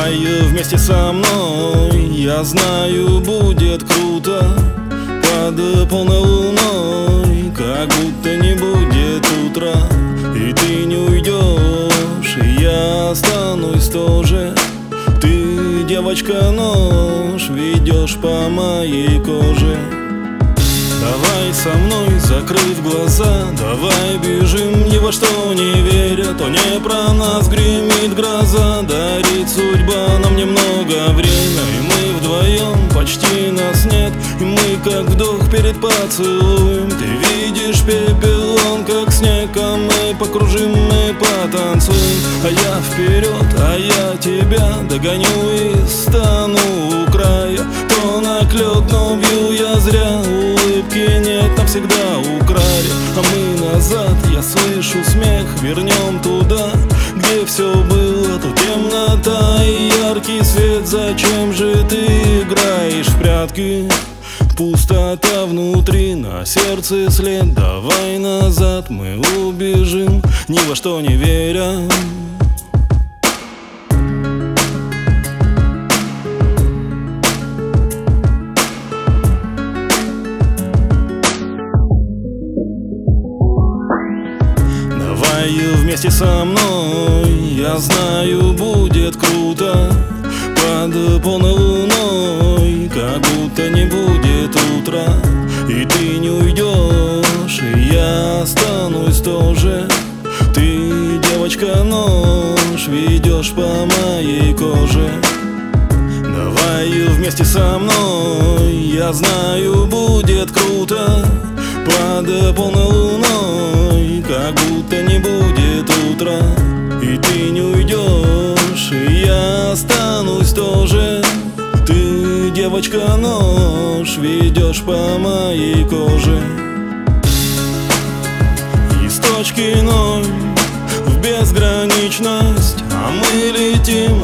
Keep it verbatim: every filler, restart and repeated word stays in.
Давай вместе со мной, я знаю, будет круто. Под полной луной, как будто не будет утра. И ты не уйдешь, и я останусь тоже. Ты, девочка, нож ведешь по моей коже. Давай со мной, закрыв глаза, давай бежим, ни во что не веря. То не про нас гремит гроза, дарит судьба нам немного время. И мы вдвоем, почти нас нет, и мы как вдох перед поцелуем. Ты видишь пепел, он как снег, а мы покружим, мы потанцуем. А я вперед, а я тебя догоню и стану у края. То наклёт, но бью я зря, улыбки нет, навсегда украли. А мы назад, я слышу смех, вернем туда, где все было. Тут темнота и яркий свет, зачем же ты играешь в прятки? Пустота внутри, на сердце след. Давай назад, мы убежим, ни во что не веря. Давай вместе со мной, я знаю, будет круто. Под полной луной, как будто не будет утра. И ты не уйдешь, и я останусь тоже. Ты, девочка, нож ведешь по моей коже. Давай вместе со мной, я знаю, будет круто. Под полной луной, как будто не будет утра. И ты не уйдешь, и я останусь тоже. Ты, девочка, нож ведешь по моей коже. Из точки ноль в безграничность, а мы летим